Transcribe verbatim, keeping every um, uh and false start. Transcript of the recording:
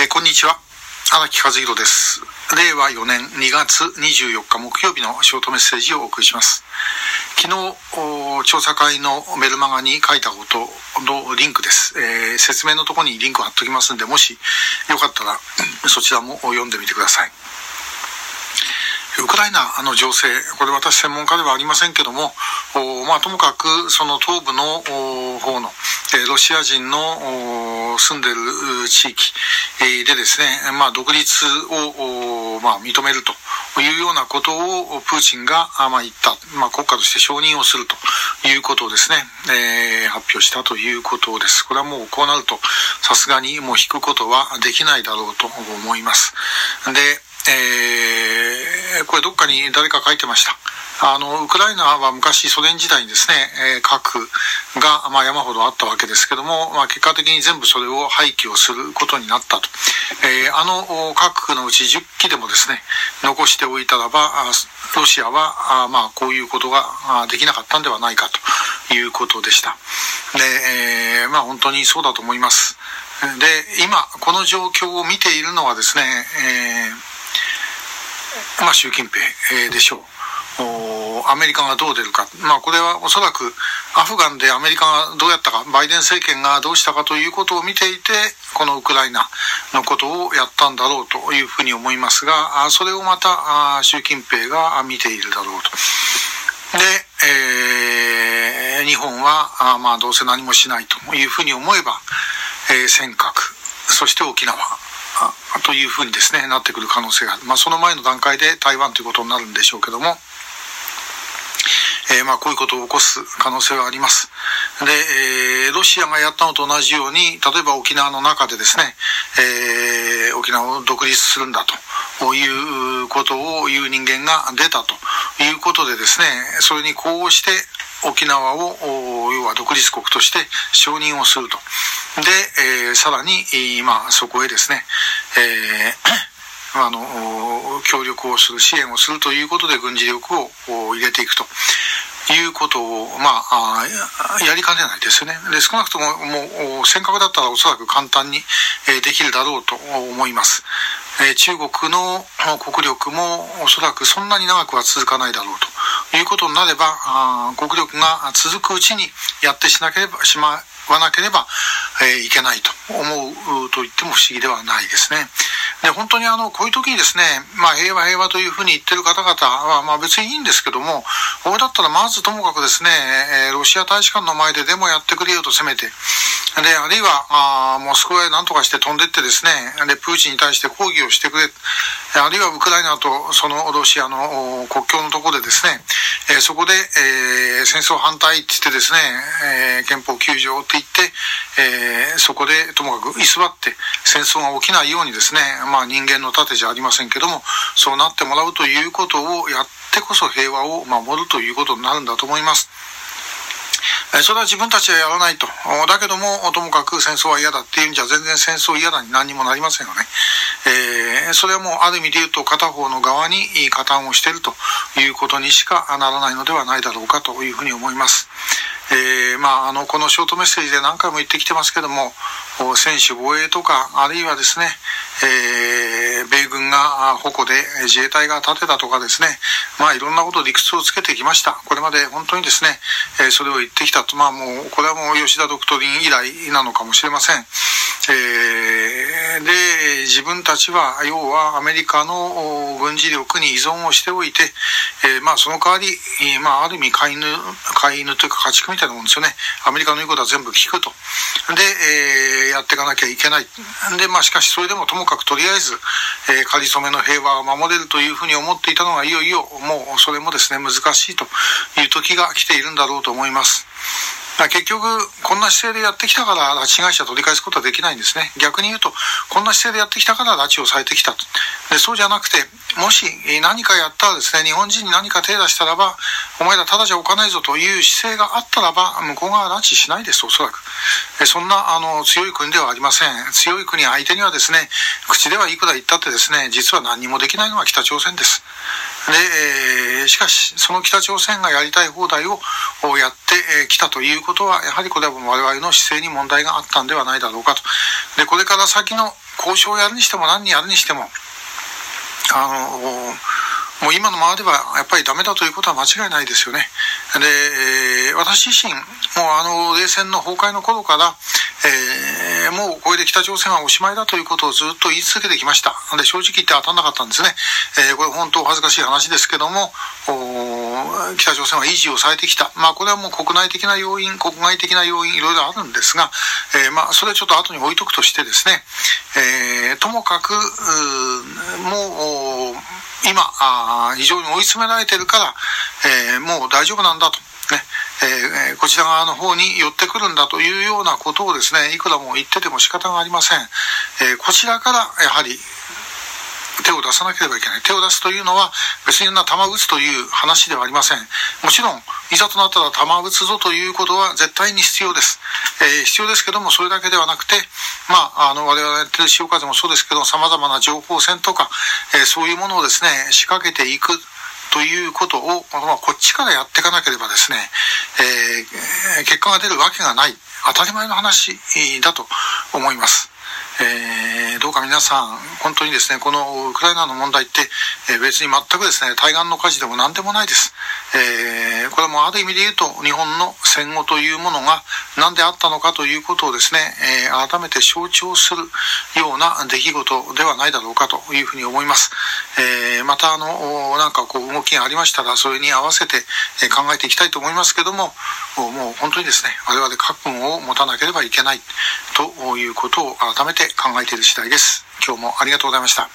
えー、こんにちは、荒木和弘です。れいわよねんにがつにじゅうよっか木曜日のショートメッセージをお送りします。昨日調査会のメルマガに書いたことのリンクです。えー、説明のところにリンクを貼っておきますので、もしよかったらそちらも読んでみてください。ウクライナの情勢、これ私専門家ではありませんけども、まあ、ともかくその東部の方のロシア人の住んでいる地域でですね、まあ、独立を、まあ、認めるというようなことをプーチンが、まあ、言った、まあ、国家として承認をするということをですね、えー、発表したということです。これはもうこうなるとさすがにもう引くことはできないだろうと思います。でえー、これどっかに誰か書いてました。あのウクライナは昔ソ連時代にですね、えー、核が、まあ、山ほどあったわけですけども、まあ、結果的に全部それを廃棄をすることになったと。えー、あの核のうちじゅっきでもですね残しておいたらばロシアはあ、まあ、こういうことができなかったんではないかということでした。で、えー、まあ本当にそうだと思います。で、今この状況を見ているのはですね、えーまあ、習近平でしょう。アメリカがどう出るか、まあ、これはおそらくアフガンでアメリカがどうやったか、バイデン政権がどうしたかということを見ていて、このウクライナのことをやったんだろうというふうに思いますが、それをまた習近平が見ているだろうと。で、えー、日本はまあどうせ何もしないというふうに思えば、えー、尖閣、そして沖縄というふうにですねなってくる可能性がある。まあ、その前の段階で台湾ということになるんでしょうけども、えー、まあこういうことを起こす可能性はあります。で、えー、ロシアがやったのと同じように、例えば沖縄の中でですね、えー、沖縄を独立するんだということを言う人間が出たということでですね、それにこうして沖縄を要は独立国として承認をすると。で、えー、さらに今そこへですね、えー、あの協力をする、支援をするということで軍事力を入れていくということを、まあ、やりかねないですよね。で、少なくとももう尖閣だったらおそらく簡単にできるだろうと思います。中国の国力もおそらくそんなに長くは続かないだろうということになれば、国力が続くうちにやってしなければしまわなければ、えー、いけないと思うと言っても不思議ではないですね。で、本当にあのこういう時にですね、まあ平和平和というふうに言ってる方々はまあ別にいいんですけども、これだったらまずともかくですね、えー、ロシア大使館の前でデモやってくれよとせめて、で、あるいはあモスクワへ何とかして飛んでってですね、でプーチンに対して抗議をしてくれ、あるいはウクライナとそのロシアの国境のところでですね、えー、そこで、えー、戦争反対って言ってですね、えー、憲法きゅうじょうって言って、えー、そこでともかく居座って戦争が起きないようにですね、まあ人間の盾じゃありませんけども、そうなってもらうということをやってこそ平和を守るということになるんだと思います。それは自分たちはやらないと。だけども、ともかく戦争は嫌だっていうんじゃ全然戦争嫌だに何にもなりませんよね。えー、それはもうある意味で言うと片方の側に加担をしているということにしかならないのではないだろうかというふうに思います。えー、まあ、あの、このショートメッセージで何回も言ってきてますけども、専守防衛とか、あるいはですね、えー、米軍が矛で自衛隊が盾だとかですね、まあいろんなこと理屈をつけてきました。これまで本当にですね、えー、それを言ってきたと、まあもう、これはもう吉田ドクトリン以来なのかもしれません。えー、で、自分たちは、要はアメリカの軍事力に依存をしておいて、えー、まあその代わり、まあある意味飼い犬、飼い犬というか家畜みたいなもんですよね。アメリカの言うことは全部聞くと。で、えー、やっていかなきゃいけない。で、まあしかしそれでもともかくとりあえず、えー、仮初めの平和を守れるというふうに思っていたのがいよいよもうそれもですね難しいという時が来ているんだろうと思います。結局こんな姿勢でやってきたから拉致被害者取り返すことはできないんですね。逆に言うとこんな姿勢でやってきたから拉致をされてきたと。で、そうじゃなくてもし何かやったらですね、日本人に何か手出したらばお前らただじゃおかないぞという姿勢があったらば向こう側は拉致しないです。おそらくそんなあの強い国ではありません。強い国相手にはですね、口ではいくら言ったってですね、実は何にもできないのは北朝鮮です。で、えー、しかしその北朝鮮がやりたい放題をやってきたということはやはりこれは我々の姿勢に問題があったんではないだろうかと。で、これから先の交渉をやるにしても何にやるにしても、あの、もう今のままではやっぱりダメだということは間違いないですよね。で、私自身、もうあの、冷戦の崩壊の頃から、えー、もうこれで北朝鮮はおしまいだということをずっと言い続けてきました。で、正直言って当たんなかったんですね。えー、これ本当恥ずかしい話ですけども、北朝鮮は維持をされてきた。まあこれはもう国内的な要因、国外的な要因いろいろあるんですが、えー、まあそれちょっと後に置いとくとしてですね、えー、ともかく、もう、今あ、非常に追い詰められているから、えー、もう大丈夫なんだと。ねえー、こちら側の方に寄ってくるんだというようなことをですね、いくらも言ってても仕方がありません。えー、こちらからやはり手を出さなければいけない。手を出すというのは別に弾を撃つという話ではありません。もちろんいざとなったら弾を撃つぞということは絶対に必要です。えー、必要ですけども、それだけではなくて、まあ、あの我々がやっている潮風もそうですけど、様々な情報戦とか、えー、そういうものをですね仕掛けていくということを、まあ、こっちからやっていかなければですね、えー、結果が出るわけがない、当たり前の話だと思います。えー、どうか皆さん本当にですね、このウクライナの問題って、えー、別に全くですね対岸の火事でも何でもないです。えー、これもある意味で言うと日本の戦後というものが何であったのかということをですね、えー、改めて象徴するような出来事ではないだろうかというふうに思います。えー、またあのなんかこう動きがありましたらそれに合わせて考えていきたいと思いますけども、もう本当にですね我々覚悟を持たなければいけないということを改めて考えている次第です。今日もありがとうございました。